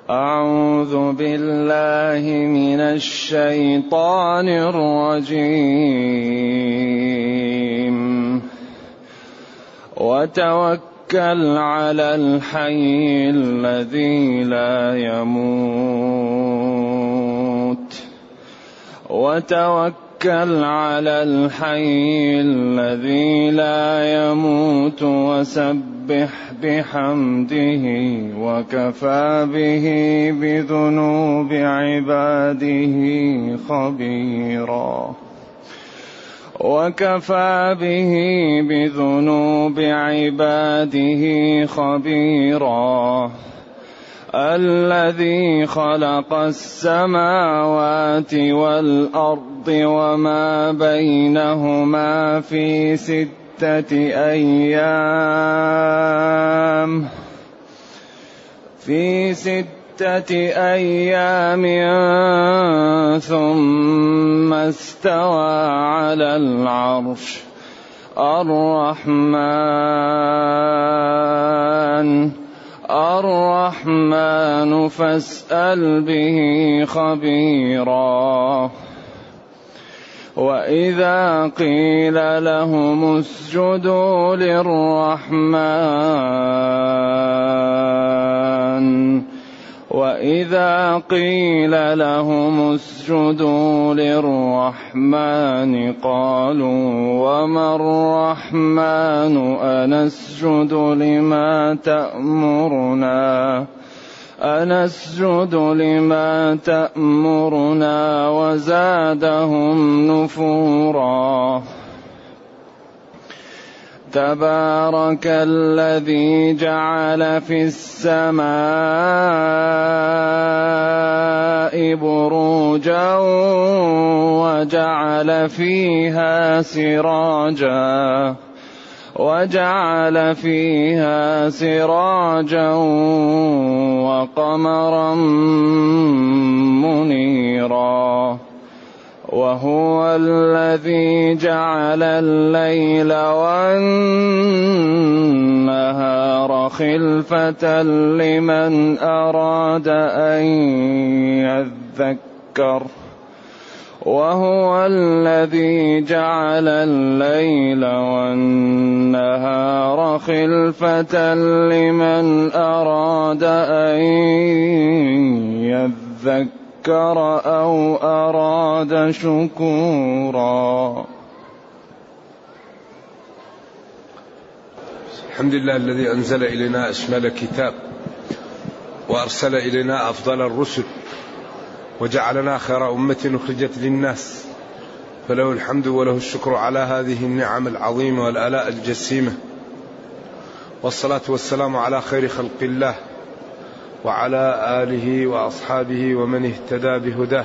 أعوذ بالله من الشيطان الرجيم وتوكل على الحي الذي لا يموت وسبح بحمده وكفى به بذنوب عباده خبيرا الذي خلق السماوات والأرض وما بينهما في 6 أيام ثم استوى على العرش الرحمن فاسأل به خبيرا وإذا قيل لهم اسجدوا للرحمن قالوا وما الرحمن أنسجد لما تأمرنا وزادهم نفورا تبارك الذي جعل في السماء بروجا وجعل فيها سراجا وقمرا منيرا وهو الذي جعل الليل والنهار خلفة لمن أراد أن يذكر أو أراد شكورا. الحمد لله الذي أنزل إلينا أشمل كتاب وأرسل إلينا أفضل الرسل وجعلنا خير أمة أخرجت للناس، فله الحمد وله الشكر على هذه النعم العظيمة والآلاء الجسيمة، والصلاة والسلام على خير خلق الله وعلى آله وأصحابه ومن اهتدى بهداه.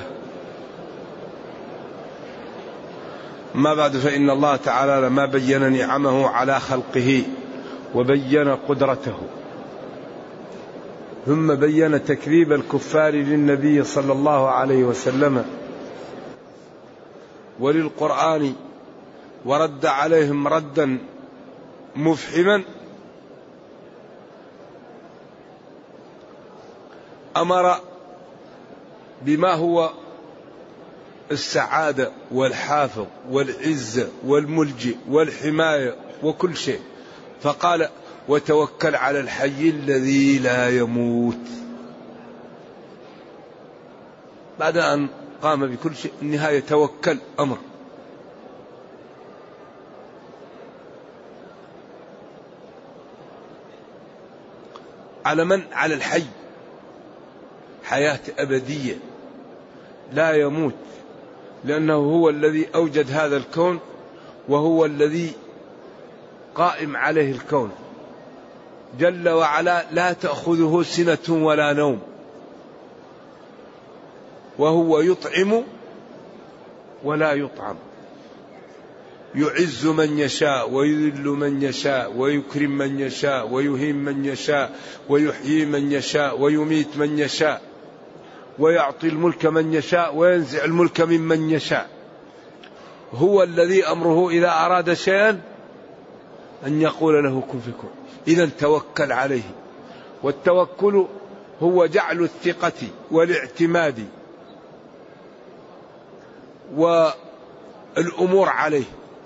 ما بعد، فإن الله تعالى لما بين نعمه على خلقه وبين قدرته ثم بين تكذيب الكفار للنبي صلى الله عليه وسلم وللقرآن ورد عليهم ردا مفحما، أمر بما هو السعادة والحافظ والعزة والملجئ والحماية وكل شيء، فقال وتوكل على الحي الذي لا يموت. بعد أن قام بكل شيء النهاية توكل أمر. على من؟ على الحي، حياة أبدية لا يموت، لأنه هو الذي أوجد هذا الكون وهو الذي قائم عليه الكون جل وعلا، لا تأخذه سنة ولا نوم، وهو يطعم ولا يطعم، يعز من يشاء ويذل من يشاء ويكرم من يشاء ويهين من يشاء ويحيي من يشاء ويميت من يشاء ويعطي الملك من يشاء وينزع الملك ممن يشاء. هو الذي أمره إذا أراد شيئا أن يقول له كن فيكون. إذن توكل عليه. والتوكل هو جعل الثقة والاعتماد والأمور عليه.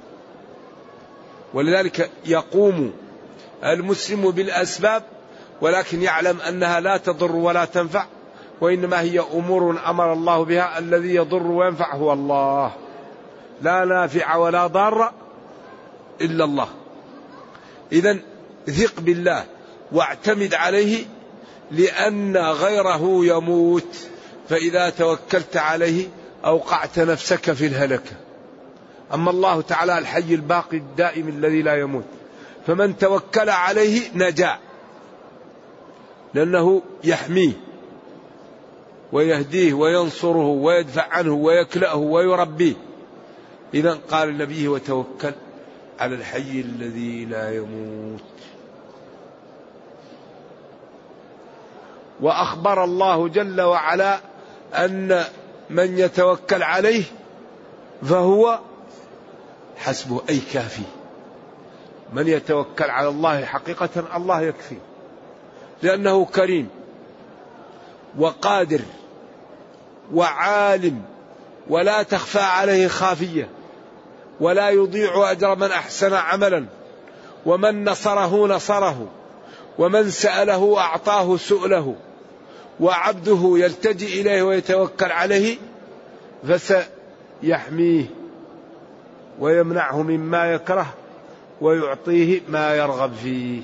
ولذلك يقوم المسلم بالأسباب، ولكن يعلم أنها لا تضر ولا تنفع، وإنما هي أمور أمر الله بها. الذي يضر وينفع هو الله، لا نافع ولا ضار إلا الله. إذن ثق بالله واعتمد عليه، لأن غيره يموت، فإذا توكلت عليه أوقعت نفسك في الهلكة. أما الله تعالى الحي الباقي الدائم الذي لا يموت، فمن توكل عليه نجا، لأنه يحميه ويهديه وينصره ويدفع عنه ويكلأه ويربيه. إذن قال النبي وتوكل على الحي الذي لا يموت. وأخبر الله جل وعلا أن من يتوكل عليه فهو حسبه، أي كافي. من يتوكل على الله حقيقة الله يكفي، لأنه كريم وقادر وعالم، ولا تخفى عليه خافية، ولا يضيع أجر من أحسن عملا، ومن نصره نصره، ومن سأله أعطاه سؤله، وعبده يلتجئ إليه ويتوكل عليه فسيحميه ويمنعه مما يكره ويعطيه ما يرغب فيه.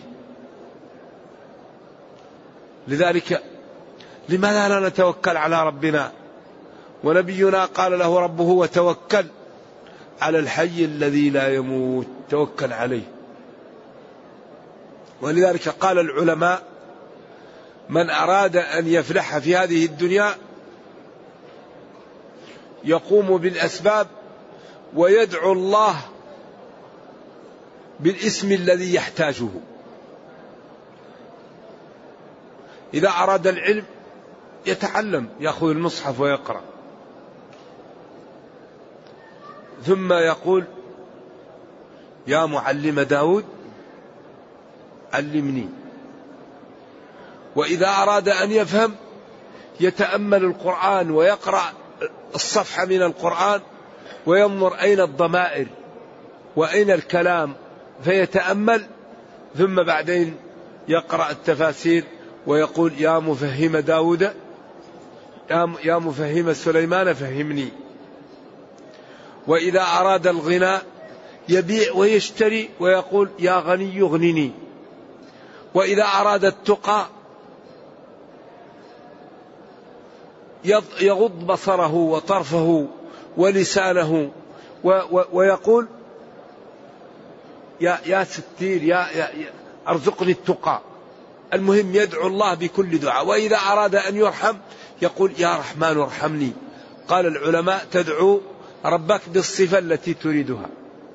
لذلك لماذا لا نتوكل على ربنا؟ ونبينا قال له ربه وتوكل على الحي الذي لا يموت، توكل عليه. ولذلك قال العلماء من أراد أن يفلح في هذه الدنيا يقوم بالأسباب ويدعو الله بالاسم الذي يحتاجه. إذا أراد العلم يتعلم، يأخذ المصحف ويقرأ، ثم يقول يا معلم داود علمني. وإذا أراد أن يفهم يتأمل القرآن ويقرأ الصفحة من القرآن وينظر أين الضمائر وأين الكلام فيتأمل، ثم بعدين يقرأ التفاسير ويقول يا مفهم داود يا مفهم سليمان فهمني. وإذا أراد الغنى يبيع ويشتري ويقول يا غني اغنني. وإذا أراد التقى يغض بصره وطرفه ولسانه ويقول يا ستير يا أرزقني التقى. المهم يدعو الله بكل دعاء. وإذا أراد أن يرحم يقول يا رحمن ارحمني. قال العلماء تدعو ربك بالصفة التي تريدها.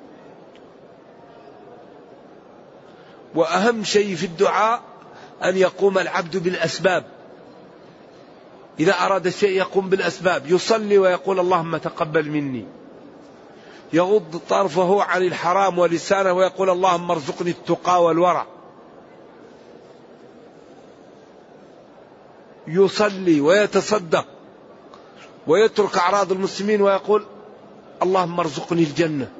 وأهم شيء في الدعاء أن يقوم العبد بالأسباب. إذا أراد شيء يقوم بالأسباب، يصلي ويقول اللهم تقبل مني، يغض طرفه عن الحرام ولسانه ويقول اللهم ارزقني التقى والورع، يصلي ويتصدق ويترك أعراض المسلمين ويقول اللهم ارزقني الجنة.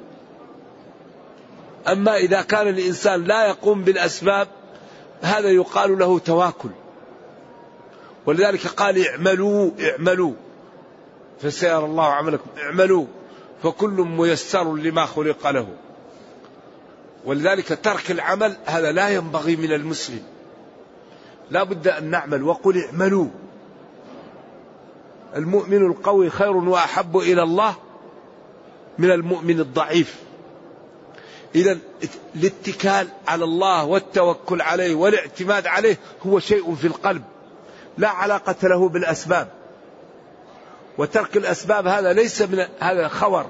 أما إذا كان الإنسان لا يقوم بالأسباب هذا يقال له تواكل. ولذلك قال اعملوا فسيرى الله عملكم، اعملوا فكل ميسر لما خلق له. ولذلك ترك العمل هذا لا ينبغي من المسلم، لا بد أن نعمل. وقل اعملوا. المؤمن القوي خير وأحب إلى الله من المؤمن الضعيف. إذن الاتكال على الله والتوكل عليه والاعتماد عليه هو شيء في القلب، لا علاقة له بالأسباب. وترك الأسباب هذا ليس من هذا خور.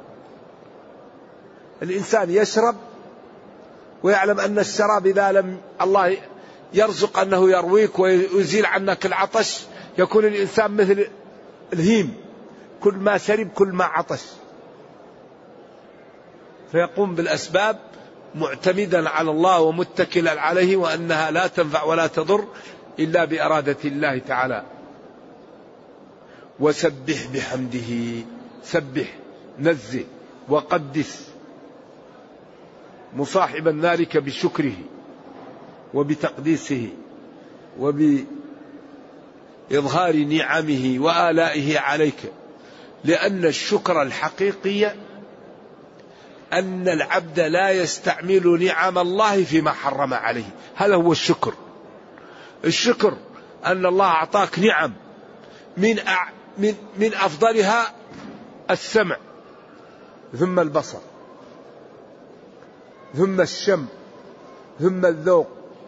الإنسان يشرب ويعلم أن الشراب إذا لم الله يرزق أنه يرويك ويزيل عنك العطش يكون الإنسان مثل الهيم، كل ما شرب كل ما عطش. فيقوم بالأسباب معتمدا على الله ومتكلا عليه، وأنها لا تنفع ولا تضر إلا بإرادة الله تعالى. وسبح بحمده، سبح نزه وقدس، مصاحبا ذلك بشكره وبتقديسه وبإظهار نعمه وآلائه عليك. لأن الشكر الحقيقي أن العبد لا يستعمل نعم الله فيما حرم عليه، هذا هو الشكر. الشكر أن الله أعطاك نعم من أفضلها السمع، ثم البصر، ثم الشم، ثم الذوق،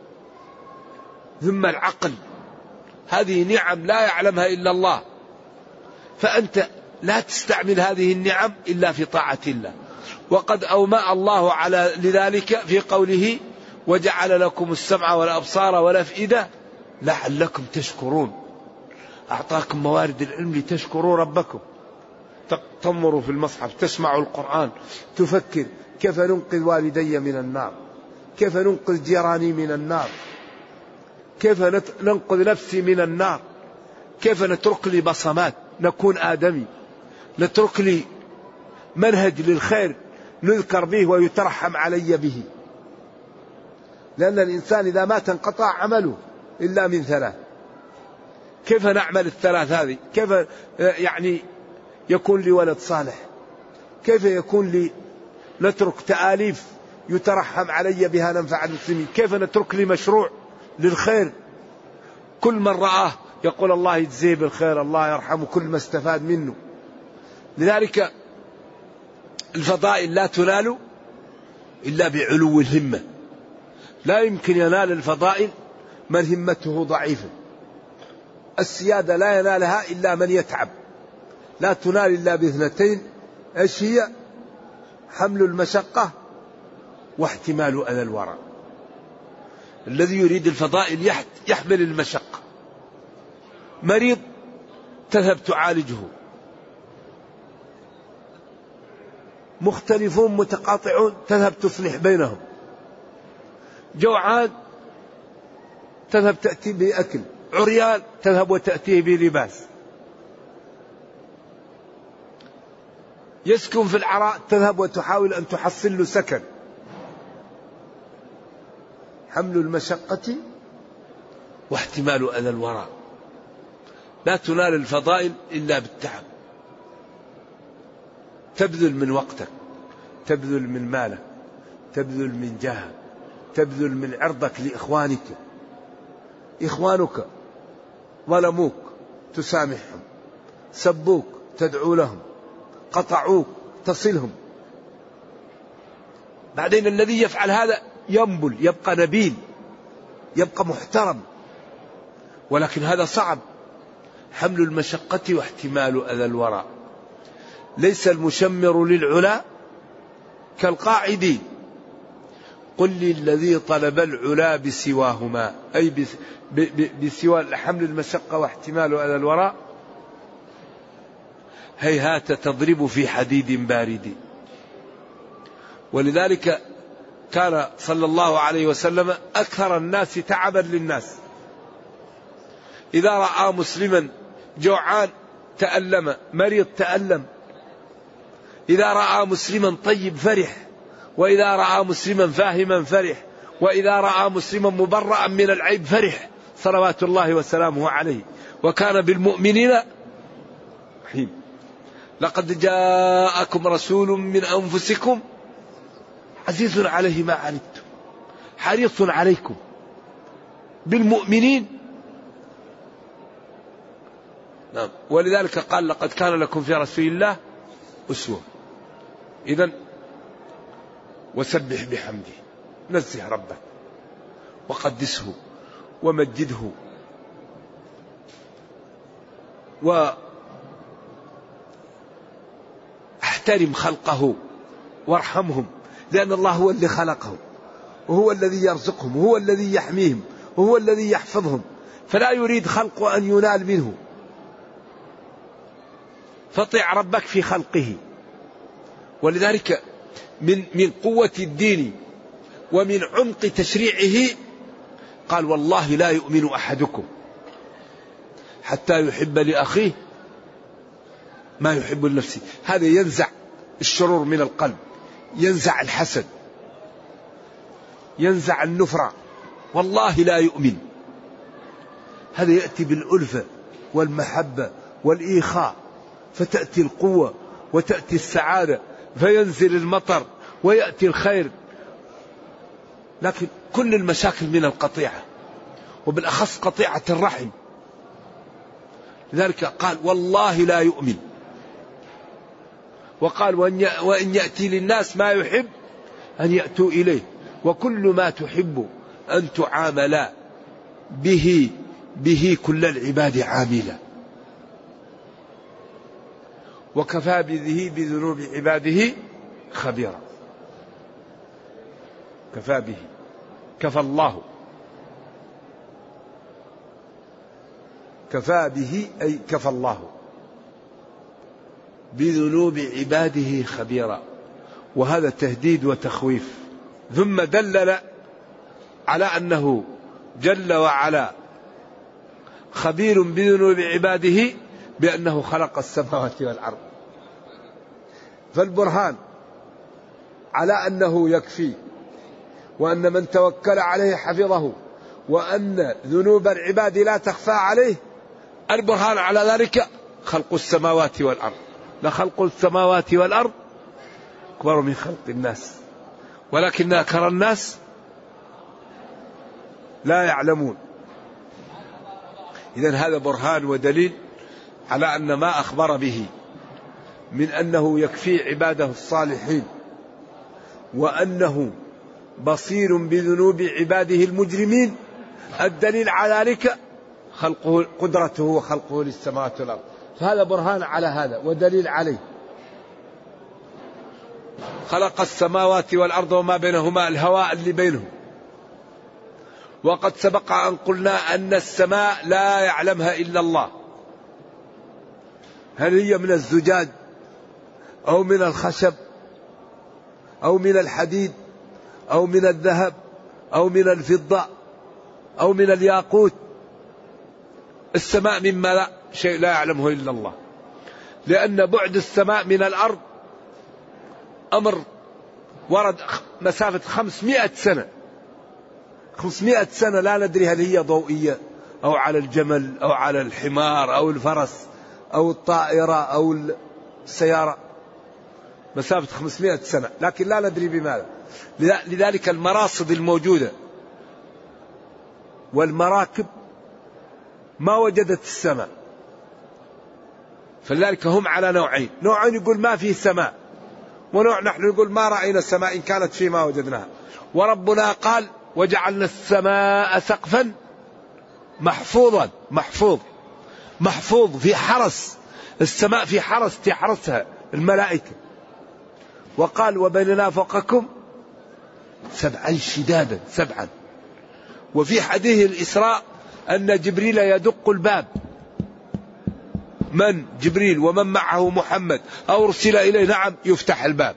ثم العقل. هذه نعم لا يعلمها إلا الله، فأنت لا تستعمل هذه النعم إلا في طاعة الله. وقد أومأ الله على لذلك في قوله: وجعل لكم السمع والأبصار والأفئدة لعلكم تشكرون. أعطاكم موارد العلم لتشكروا ربكم. تنظروا في المصحف، تسمعوا القرآن، تفكر كيف ننقذ والدي من النار، كيف ننقذ جيراني من النار، كيف ننقذ نفسي من النار، كيف نترك لي بصمات نكون آدمي، نترك لي منهج للخير نذكر به ويترحم علي به. لأن الإنسان إذا مات انقطع عمله إلا من ثلاث. كيف نعمل الثلاث هذه؟ كيف يعني يكون لي ولد صالح؟ كيف يكون لي نترك تآليف يترحم علي بها ننفع المسلمين؟ كيف نترك لي مشروع للخير كل من رآه يقول الله يجزيه بالخير، الله يرحمه، كل ما استفاد منه. لذلك الفضائل لا تنال إلا بعلو الهمة. لا يمكن ينال الفضائل من همته ضعيفة. السيادة لا ينالها إلا من يتعب. لا تنال إلا باثنتين، ايش هي؟ حمل المشقة واحتمال أذى الورى. الذي يريد الفضائل يحمل المشقة. مريض تذهب تعالجه، مختلفون متقاطعون تذهب تصلح بينهم، جوعان تذهب تأتي بأكل، عريان تذهب وتأتيه بلباس، يسكن في العراء تذهب وتحاول أن تحصل له سكن. حمل المشقة واحتمال أذى الورى. لا تنال الفضائل إلا بالتعب. تبذل من وقتك، تبذل من مالك، تبذل من جاهك، تبذل من عرضك لإخوانك. إخوانك ظلموك تسامحهم، سبوك تدعو لهم، قطعوك تصلهم. بعدين الذي يفعل هذا ينبل، يبقى نبيل، يبقى محترم. ولكن هذا صعب. حمل المشقة واحتمال أذى الورى. ليس المشمر للعلا كالقاعد، قل لي الذي طلب العلا بسواهما، أي بسوى حمل المشقة واحتمال أذى الورى. هيهات تضرب في حديد بارد. ولذلك كان صلى الله عليه وسلم أكثر الناس تعبا للناس. إذا رأى مسلما جوعان تألم، مريض تألم. إذا رأى مسلما طيب فرح، وإذا رأى مسلما فاهما فرح، وإذا رأى مسلما مبرأ من العيب فرح، صلوات الله وسلامه عليه. وكان بالمؤمنين رحيم. لقد جاءكم رسول من أنفسكم عزيز عليه ما عنتم حريص عليكم بالمؤمنين. نعم. ولذلك قال: لقد كان لكم في رسول الله أسوة. إذن وسبح بحمده، نزه ربك وقدسه ومجده واحترم خلقه وارحمهم، لأن الله هو اللي خلقهم، وهو الذي يرزقهم، وهو الذي يحميهم، وهو الذي يحفظهم. فلا يريد خلق أن ينال منه. فطع ربك في خلقه. ولذلك من قوة الدين ومن عمق تشريعه قال والله لا يؤمن أحدكم حتى يحب لأخيه ما يحب لنفسه. هذا ينزع الشرور من القلب، ينزع الحسد، ينزع النفرة. والله لا يؤمن. هذا يأتي بالألفة والمحبة والإيخاء، فتأتي القوة وتأتي السعادة، فينزل المطر ويأتي الخير. لكن كل المشاكل من القطيعة، وبالأخص قطيعة الرحم. لذلك قال والله لا يؤمن. وقال وإن يأتي للناس ما يحب أن يأتوا إليه، وكل ما تحب أن تعامل به كل العباد عاملا، وكفى به بذنوب عباده خبيرا. كفى به، كفى الله، كفى به أي كفى الله بذنوب عباده خبيرا. وهذا تهديد وتخويف. ثم دلل على أنه جل وعلا خبير بذنوب عباده بأنه خلق السماوات والأرض. فالبرهان على أنه يكفي، وأن من توكل عليه حفظه، وأن ذنوب العباد لا تخفى عليه. البرهان على ذلك خلق السماوات والأرض. لخلق السماوات والأرض أكبر من خلق الناس ولكن أكثر الناس لا يعلمون. إذن هذا برهان ودليل على أن ما أخبر به من أنه يكفي عباده الصالحين، وأنه بصير بذنوب عباده المجرمين، الدليل على ذلك خلقه، قدرته وخلقه للسماوات والأرض. فهذا برهان على هذا ودليل عليه. خلق السماوات والأرض وما بينهما، الهواء اللي بينهم. وقد سبق أن قلنا أن السماء لا يعلمها إلا الله. هل هي من الزجاج أو من الخشب أو من الحديد أو من الذهب أو من الفضة أو من الياقوت؟ السماء مما لا شيء لا يعلمه إلا الله، لأن بعد السماء من الأرض أمر ورد مسافة 500 سنة. 500 سنة لا ندري هل هي ضوئية أو على الجمل أو على الحمار أو الفرس أو الطائرة أو السيارة. مسافة 500 سنة، لكن لا ندري بماذا. لذلك المراصد الموجودة والمراكب ما وجدت السماء. فلذلك هم على نوعين: نوع يقول ما فيه سماء، ونوع نحن نقول ما رأينا السماء إن كانت فيه ما وجدناها. وربنا قال وجعلنا السماء سقفا محفوظا. محفوظ في حرس. السماء في حرس تحرسها الملائكة. وقال وبنينا فوقكم سبعا شدادا. سبعا. وفي حديث الإسراء أن جبريل يدق الباب. من؟ جبريل ومن معه محمد أو أرسل إليه، نعم، يفتح الباب.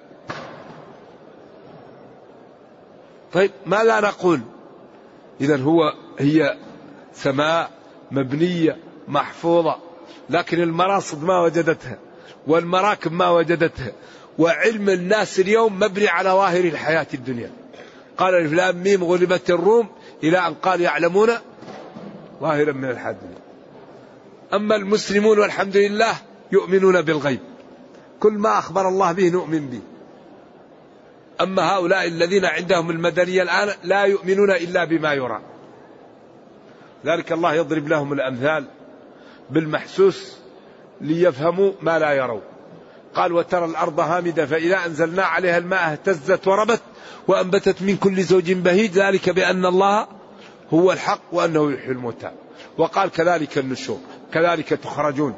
طيب ماذا نقول؟ إذن هي سماء مبنية محفوظة، لكن المراصد ما وجدتها والمراكب ما وجدتها. وعلم الناس اليوم مبني على ظاهر الحياة الدنيا. قال الف لام ميم غلبت الروم إلى أن قال يعلمون ظاهرا من الحياة الدنيا. أما المسلمون والحمد لله يؤمنون بالغيب، كل ما أخبر الله به نؤمن به. أما هؤلاء الذين عندهم المدنية الآن لا يؤمنون إلا بما يرى. ذلك الله يضرب لهم الأمثال بالمحسوس ليفهموا ما لا يروا. قال وترى الأرض هامدة فإذا أنزلنا عليها الماء اهتزت وربت وأنبتت من كل زوج بهيج، ذلك بأن الله هو الحق وأنه يحيي الموتى. وقال كذلك النشور، كذلك تخرجون.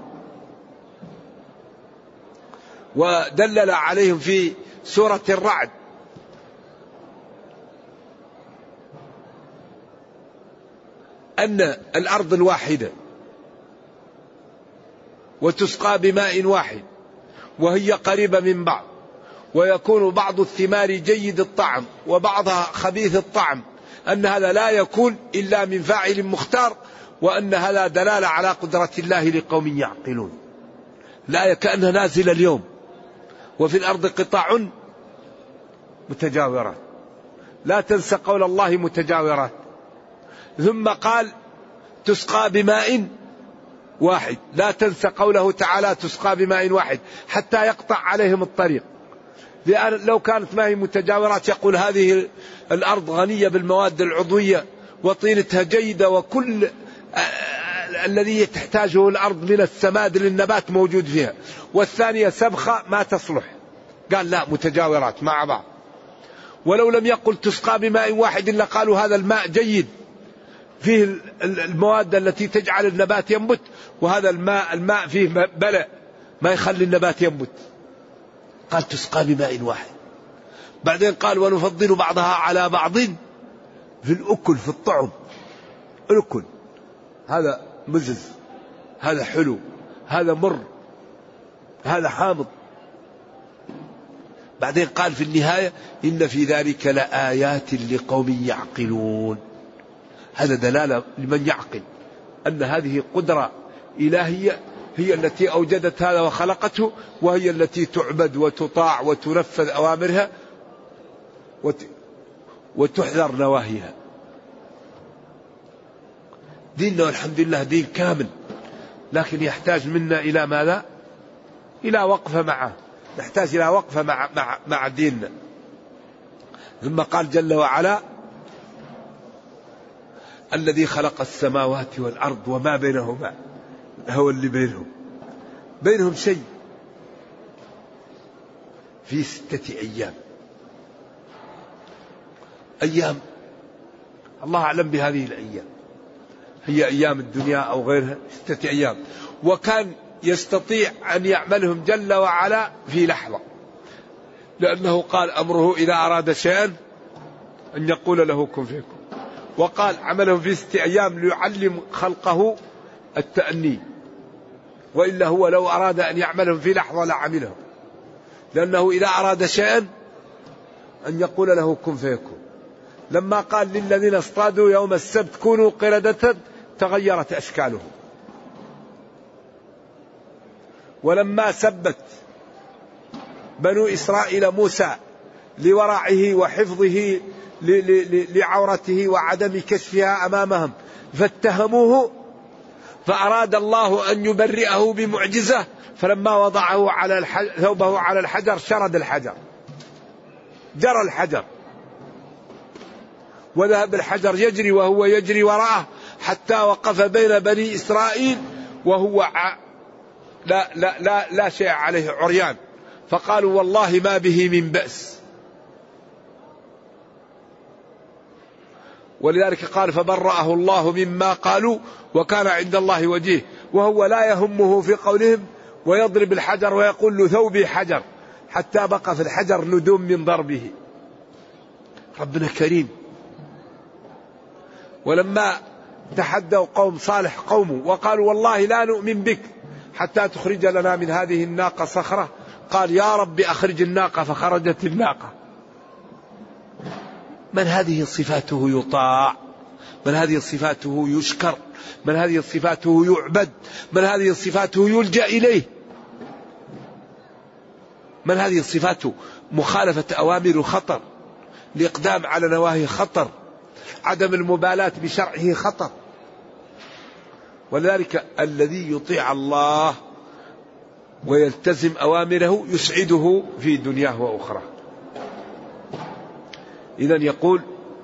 ودلل عليهم في سورة الرعد أن الأرض الواحدة وتسقى بماء واحد وهي قريبة من بعض، ويكون بعض الثمار جيد الطعم وبعضها خبيث الطعم، أن هذا لا يكون إلا من فاعل مختار، وأن هذا دلالة على قدرة الله لقوم يعقلون. لا كأنها نازل اليوم، وفي الأرض قطاع متجاورات. لا تنسى قول الله متجاورات. ثم قال تسقى بماء واحد، لا تنسى قوله تعالى تسقى بماء واحد حتى يقطع عليهم الطريق. لأن لو كانت ما هي متجاورات يقول هذه الأرض غنية بالمواد العضوية وطينتها جيدة وكل الذي تحتاجه الأرض من السماد للنبات موجود فيها، والثانية سبخة ما تصلح. قال لا، متجاورات مع بعض. ولو لم يقل تسقى بماء واحد إلا قالوا هذا الماء جيد فيه المواد التي تجعل النبات ينبت، وهذا الماء فيه بلع ما يخلي النبات ينبت. قال تسقى بماء واحد. بعدين قال ونفضل بعضها على بعض في الأكل، في الطعم. الأكل هذا مزز، هذا حلو، هذا مر، هذا حامض. بعدين قال في النهاية إن في ذلك لآيات لقوم يعقلون. هذا دلالة لمن يعقل أن هذه قدرة إلهية هي التي أوجدت هذا وخلقته، وهي التي تعبد وتطاع وتنفذ أوامرها وتحذر نواهيها. ديننا والحمد لله دين كامل، لكن يحتاج منا إلى ماذا؟ إلى وقفة معه، نحتاج إلى وقفة مع ديننا. ثم قال جل وعلا الذي خلق السماوات والأرض وما بينهما، هو اللي بينهم شيء في 6 أيام. أيام الله أعلم بهذه الأيام، هي أيام الدنيا أو غيرها، 6 أيام. وكان يستطيع أن يعملهم جل وعلا في لحظة، لأنه قال أمره إذا أراد شيئا أن يقول له كن فيكون. وقال عملهم في 6 أيام ليعلم خلقه التأني، وإلا هو لو أراد أن يعملهم في لحظة لعملهم، لأنه إذا أراد شيئا أن يقول له كن فيكون. لما قال للذين اصطادوا يوم السبت كونوا قردة تغيرت أشكالهم. ولما سبت بنو إسرائيل موسى لورعه وحفظه لعورته وعدم كشفها أمامهم فاتهموه، فأراد الله أن يبرئه بمعجزة، فلما وضعه على ثوبه على الحجر شرد الحجر، جرى الحجر، وذهب الحجر يجري وهو يجري وراءه حتى وقف بين بني إسرائيل وهو لا شيء عليه، عريان. فقالوا والله ما به من بأس. ولذلك قال فبرأه الله مما قالوا وكان عند الله وجيه. وهو لا يهمه في قولهم، ويضرب الحجر ويقول له ثوبي حجر، حتى بقى في الحجر ندوم من ضربه. ربنا كريم. ولما تحدوا قوم صالح قومه وقالوا والله لا نؤمن بك حتى تخرج لنا من هذه الناقة صخرة، قال يا رب أخرج الناقة، فخرجت الناقة. من هذه صفاته يطاع، من هذه صفاته يشكر، من هذه صفاته يعبد، من هذه صفاته يلجأ إليه، من هذه صفاته مخالفة أوامر خطر، الإقدام على نواهي خطر، عدم المبالاة بشرعه خطر. ولذلك الذي يطيع الله ويلتزم أوامره يسعده في دنياه وأخرى. إذن يقول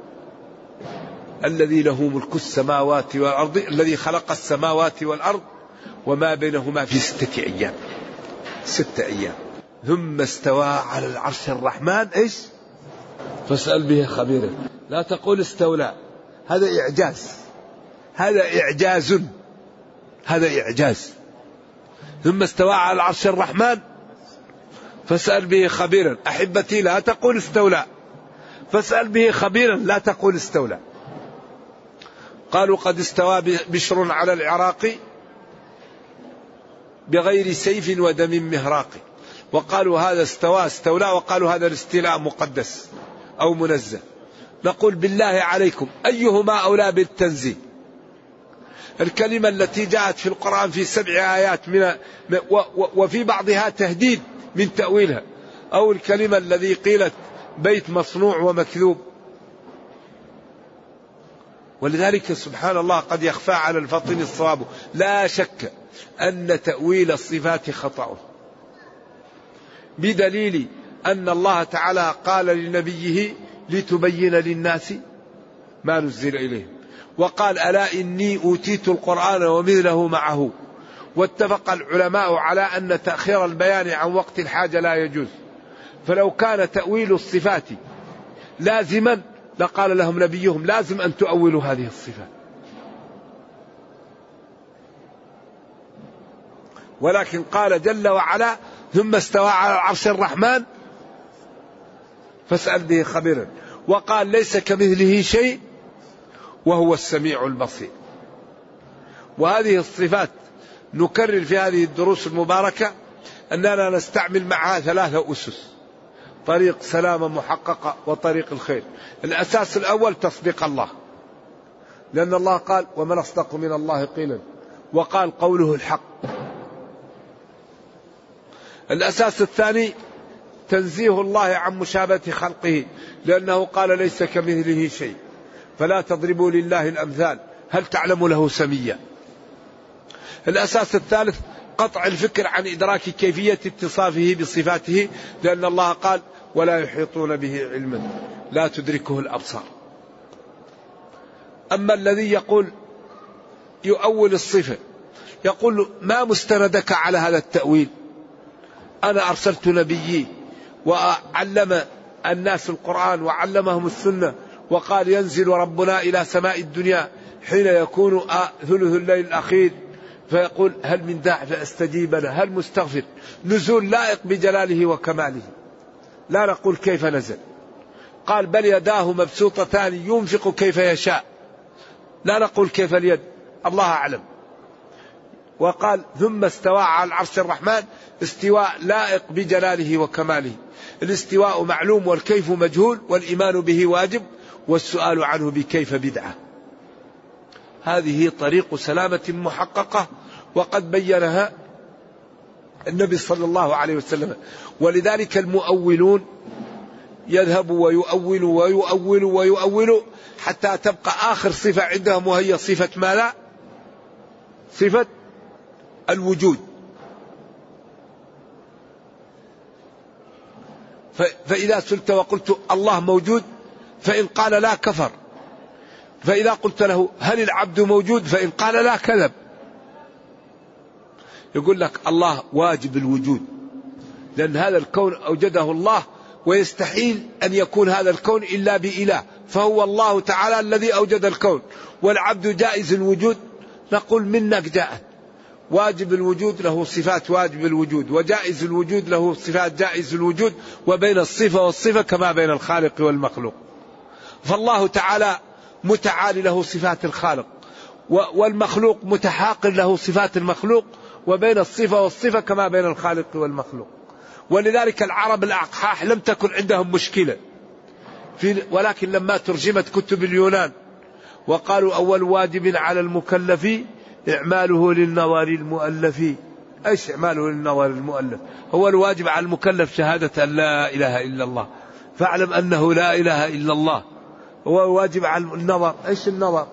الذي له ملك السماوات والأرض، الذي خلق السماوات والأرض وما بينهما في 6 أيام، 6 أيام. ثم استوى على العرش الرحمن إيش؟ فاسأل به خبيرا. لا تقول استولى، هذا إعجاز، هذا إعجاز، هذا إعجاز. ثم استوى على العرش الرحمن فاسأل به خبيرا. أحبتي لا تقول استولى، فاسأل به خبيرا، لا تقول استولى. قالوا قد استوى بشر على العراق بغير سيف ودم مهراق. وقالوا هذا استولى، وقالوا هذا الاستيلاء مقدس أو منزه. نقول بالله عليكم أيهما أولى بالتنزيه؟ الكلمة التي جاءت في القرآن في 7 آيات وفي بعضها تهديد من تأويلها، أو الكلمة الذي قيلت بيت مصنوع ومكذوب. ولذلك سبحان الله قد يخفى على الفطن الصواب. لا شك أن تأويل الصفات خطأ، بدليل أن الله تعالى قال لنبيه لتبين للناس ما نزل إليهم، وقال ألا إني أوتيت القرآن ومثله معه. واتفق العلماء على أن تأخير البيان عن وقت الحاجة لا يجوز. فلو كان تأويل الصفات لازما لقال لهم نبيهم لازم أن تؤولوا هذه الصفات، ولكن قال جل وعلا ثم استوى على العرش الرحمن فاسأل به خبيرا، وقال ليس كمثله شيء وهو السميع البصير. وهذه الصفات نكرر في هذه الدروس المباركة أننا نستعمل معها 3 أسس: طريق سلامة محققة وطريق الخير. الأساس الأول تصديق الله، لأن الله قال ومن أصدق من الله قيلا، وقال قوله الحق. الأساس الثاني تنزيه الله عن مشابهة خلقه، لأنه قال ليس كمثله شيء، فلا تضربوا لله الأمثال هل تعلم له سميا. الأساس الثالث قطع الفكر عن إدراك كيفية اتصافه بصفاته، لأن الله قال ولا يحيطون به علما لا تدركه الأبصار. أما الذي يقول يؤول الصفة يقول ما مستندك على هذا التأويل؟ أنا أرسلت نبيي وعلم الناس القرآن وعلمهم السنة، وقال ينزل ربنا إلى سماء الدنيا حين يكون ثلث الليل الأخير فيقول هل من داع فأستجيب له، هل مستغفر. نزول لائق بجلاله وكماله. لا نقول كيف نزل، قال بل يداه مبسوطتان ينفق كيف يشاء. لا نقول كيف اليد، الله أعلم. وقال ثم استوى على العرش الرحمن استواء لائق بجلاله وكماله. الاستواء معلوم والكيف مجهول، والإيمان به واجب، والسؤال عنه بكيف بدعة. هذه طريق سلامة محققة وقد بينها النبي صلى الله عليه وسلم. ولذلك المؤولون يذهبوا ويؤولوا ويؤولوا ويؤولوا حتى تبقى آخر صفة عندهم، وهي صفة ما لا، صفة الوجود. فإذا سلت وقلت الله موجود فإن قال لا كفر، فإذا قلت له هل العبد موجود فإن قال لا كذب. يقول لك الله واجب الوجود، لأن هذا الكون أوجده الله، ويستحيل أن يكون هذا الكون إلا بإله، فهو الله تعالى الذي أوجد الكون، والعبد جائز الوجود. نقول منك جاءت. واجب الوجود له صفات واجب الوجود، وجائز الوجود له صفات جائز الوجود، وبين الصفة والصفة كما بين الخالق والمخلوق. فالله تعالى متعالي له صفات الخالق، والمخلوق متحاقر له صفات المخلوق، وبين الصفة والصفة كما بين الخالق والمخلوق. ولذلك العرب الأقحاح لم تكن عندهم مشكلة ولكن لما ترجمت كتب اليونان وقالوا أول واجب على المكلف إعماله للنظر المؤلف. إيش إعماله للنظر المؤلف؟ هو الواجب على المكلف شهادة أن لا إله إلا الله، فاعلم أنه لا إله إلا الله. هو الواجب على النظر. إيش النظر؟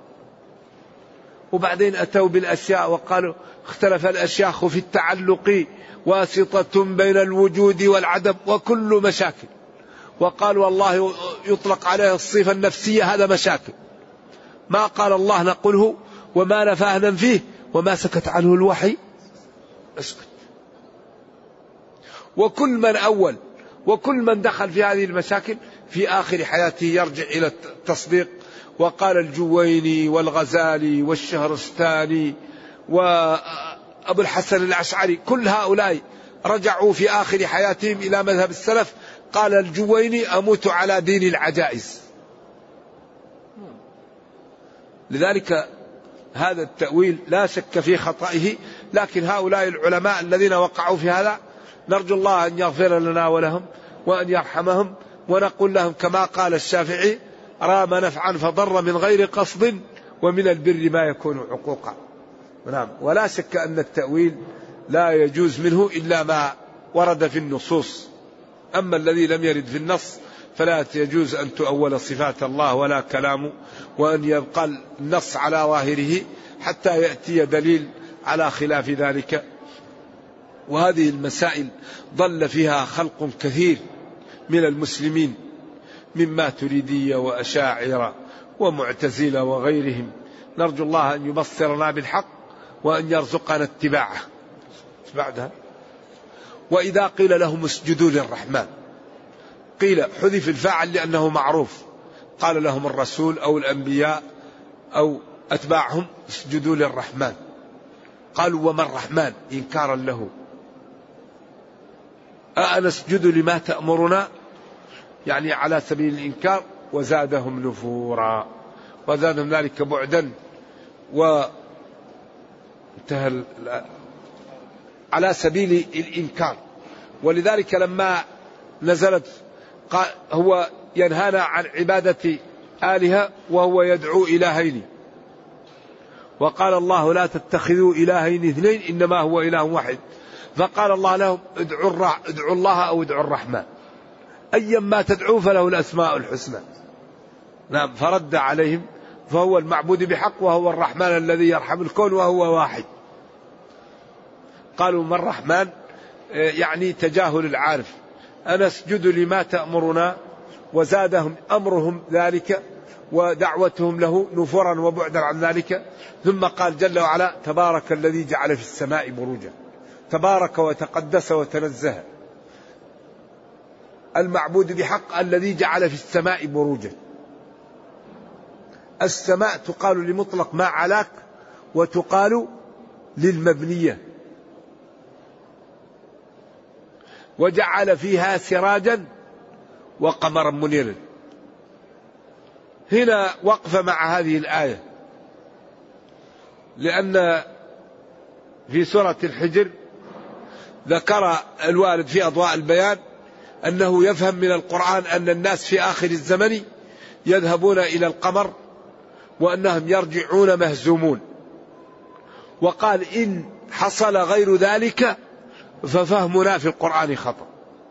وبعدين أتوا بالأشياء وقالوا اختلف الأشياخ في التعلق واسطة بين الوجود والعدم وكل مشاكل، وقالوا والله يطلق عليه الصفة النفسية، هذا مشاكل. ما قال الله نقوله، وما نفاه ننفيه، وما سكت عنه الوحي اسكت. وكل من أول وكل من دخل في هذه المشاكل في آخر حياته يرجع إلى التصديق. وقال الجويني والغزالي والشهرستاني وأبو الحسن الأشعري، كل هؤلاء رجعوا في آخر حياتهم إلى مذهب السلف. قال الجويني أموت على دين العجائز. لذلك هذا التأويل لا شك في خطئه، لكن هؤلاء العلماء الذين وقعوا في هذا نرجو الله أن يغفر لنا ولهم وأن يرحمهم، ونقول لهم كما قال الشافعي رام نفعا فضر من غير قصد ومن البر ما يكون عقوقا. نعم. ولا شك أن التأويل لا يجوز منه إلا ما ورد في النصوص، أما الذي لم يرد في النص فلا يجوز أن تؤول صفات الله ولا كلامه، وأن يبقى النص على ظاهره حتى يأتي دليل على خلاف ذلك. وهذه المسائل ضل فيها خلق كثير من المسلمين من ماتريدية وأشاعرة ومعتزلة وغيرهم، نرجو الله أن يبصرنا بالحق وأن يرزقنا اتباعه. بعدها وإذا قيل لهم اسجدوا للرحمن، قيل حذف الفاعل لأنه معروف، قال لهم الرسول أو الأنبياء أو أتباعهم اسجدوا للرحمن، قالوا وما الرحمن إنكارا له، أنسجد لما تأمرنا، يعني على سبيل الإنكار، وزادهم نفورا، وزادهم ذلك بعدا وانتهى على سبيل الإنكار. ولذلك لما نزلت هو ينهانا عن عبادة آلهة وهو يدعو إلهين، وقال الله لا تتخذوا إلهين اثنين إنما هو إله واحد، فقال الله لهم ادعوا الله أو ادعوا الرحمن أيما تدعوا فله الأسماء الحسنى. نعم. فرد عليهم فهو المعبود بحق وهو الرحمن الذي يرحم الكون وهو واحد. قالوا ما الرحمن يعني تجاهل العارف، أنا اسجد لما تأمرنا، وزادهم أمرهم ذلك ودعوتهم له نفورا وبعدا عن ذلك. ثم قال جل وعلا تبارك الذي جعل في السماء بروجا، تبارك وتقدس وتنزه المعبود بحق الذي جعل في السماء بروجا. السماء تقال لمطلق ما علاك وتقال للمبنية. وجعل فيها سراجا وقمرا منيرا. هنا وقفة مع هذه الآية، لأن في سورة الحجر ذكر الوارد في أضواء البيان أنه يفهم من القرآن أن الناس في آخر الزمن يذهبون إلى القمر وأنهم يرجعون مهزومون. وقال إن حصل غير ذلك ففهمنا في القرآن خطأ،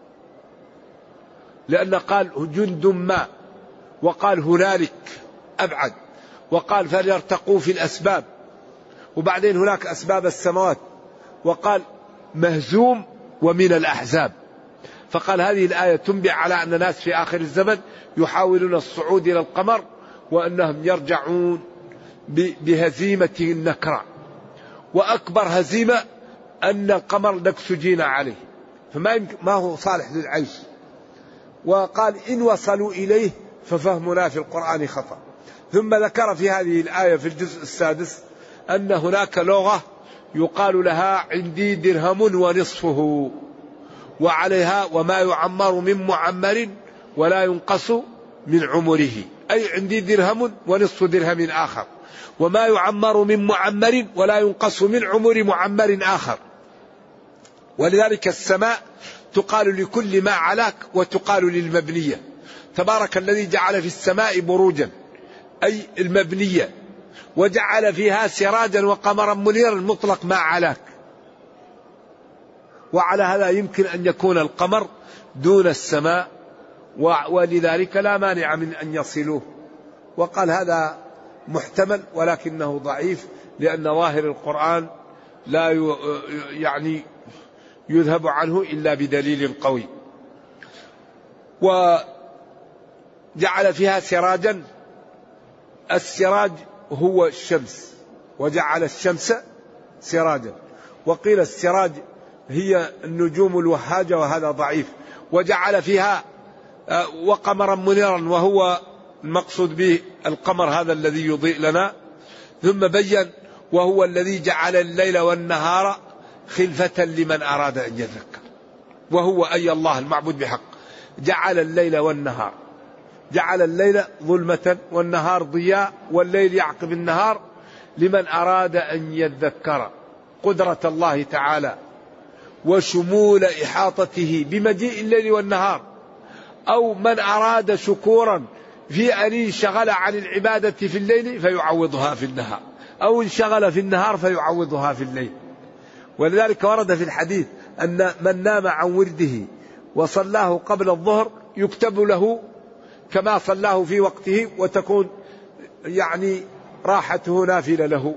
لأن قال جند ما، وقال هنالك أبعد، وقال فليرتقوا في الأسباب، وبعدين هناك أسباب السماوات، وقال مهزوم ومن الأحزاب. فقال هذه الآية تنبئ على أن الناس في آخر الزمن يحاولون الصعود إلى القمر وأنهم يرجعون بهزيمة نكرة، وأكبر هزيمة أن القمر نكسجين عليه، ما هو صالح للعيش. وقال إن وصلوا إليه ففهمنا في القرآن خطأ. ثم ذكر في هذه الآية في الجزء السادس أن هناك لغة يقال لها عندي درهم ونصفه، وعليها وما يعمر من معمر ولا ينقص من عمره، أي عندي درهم ونصف درهم آخر، وما يعمر من معمر ولا ينقص من عمر معمر آخر. ولذلك السماء تقال لكل ما علاك وتقال للمبنية. تبارك الذي جعل في السماء بروجا أي المبنية، وجعل فيها سراجا وقمرا منيرا مطلق ما علاك. وعلى هذا يمكن أن يكون القمر دون السماء، ولذلك لا مانع من أن يصلوه. وقال هذا محتمل ولكنه ضعيف، لأن ظاهر القرآن لا يعني يذهب عنه إلا بدليل قوي. وجعل فيها سراجا، السراج هو الشمس، وجعل الشمس سراجا، وقيل السراج هي النجوم الوهاجة وهذا ضعيف. وجعل فيها وقمرا منيرا، وهو المقصود به القمر هذا الذي يضيء لنا. ثم بين وهو الذي جعل الليل والنهار خلفة لمن أراد أن يذكر، وهو أي الله المعبود بحق جعل الليل والنهار، جعل الليل ظلمة والنهار ضياء، والليل يعقب النهار لمن أراد أن يذكر قدرة الله تعالى وشمول إحاطته بمجيء الليل والنهار، أو من أراد شكورا في أن انشغل عن العبادة في الليل فيعوضها في النهار، أو انشغل في النهار فيعوضها في الليل. ولذلك ورد في الحديث أن من نام عن ورده وصلاه قبل الظهر يكتب له كما صلاه في وقته، وتكون يعني راحته نافلة له.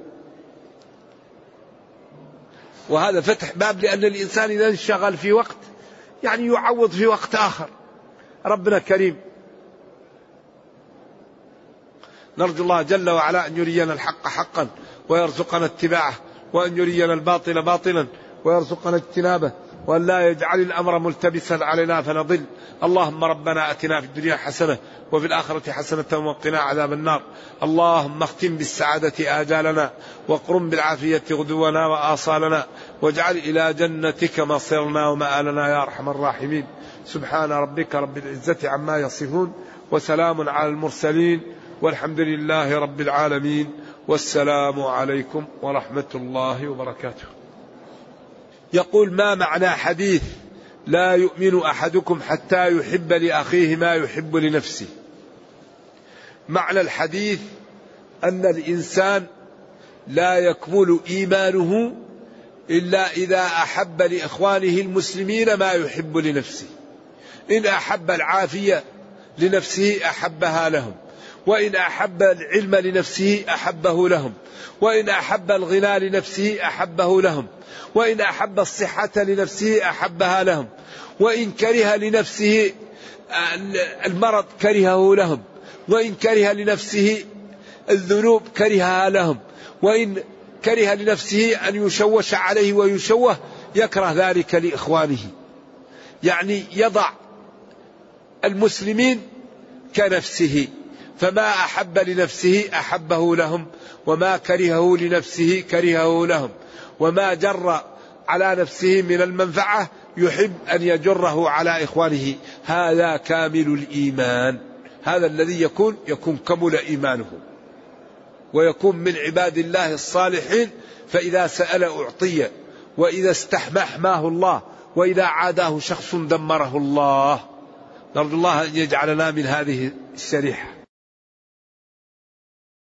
وهذا فتح باب، لأن الإنسان إذا انشغل في وقت يعني يعوض في وقت آخر. ربنا كريم. نرجو الله جل وعلا أن يرينا الحق حقا ويرزقنا اتباعه، وأن يرينا الباطل باطلا ويرزقنا اجتنابه، وأن لا يجعل الأمر ملتبسا علينا فنضل. اللهم ربنا أتنا في الدنيا حسنة وفي الآخرة حسنة وقنا عذاب النار. اللهم اختم بالسعادة آجالنا، واقرم بالعافية غدونا وآصالنا، واجعل إلى جنتك مصيرنا ومآلنا يا أرحم الراحمين. سبحان ربك رب العزة عما يصفون، وسلام على المرسلين، والحمد لله رب العالمين، والسلام عليكم ورحمة الله وبركاته. يقول: ما معنى حديث لا يؤمن أحدكم حتى يحب لأخيه ما يحب لنفسه؟ معنى الحديث أن الإنسان لا يكمل إيمانه إلا إذا أحب لإخوانه المسلمين ما يحب لنفسه. إن أحب العافية لنفسه أحبها لهم، وإن أحب العلم لنفسه أحبه لهم، وإن أحب الغنى لنفسه أحبه لهم، وإن أحب الصحة لنفسه أحبها لهم، وإن كره لنفسه المرض كرهه لهم، وإن كره لنفسه الذنوب كرهها لهم، وإن كره لنفسه أن يشوش عليه ويشوه يكره ذلك لإخوانه. يعني يضع المسلمين كنفسه، فما أحب لنفسه أحبه لهم، وما كرهه لنفسه كرهه لهم، وما جر على نفسه من المنفعة يحب أن يجره على إخوانه. هذا كامل الإيمان، هذا الذي يكون كمل إيمانه، ويكون من عباد الله الصالحين. فإذا سأل أعطي، وإذا استحمى حماه الله، وإذا عاداه شخص دمره الله. نرجو الله أن يجعلنا من هذه الشريحة.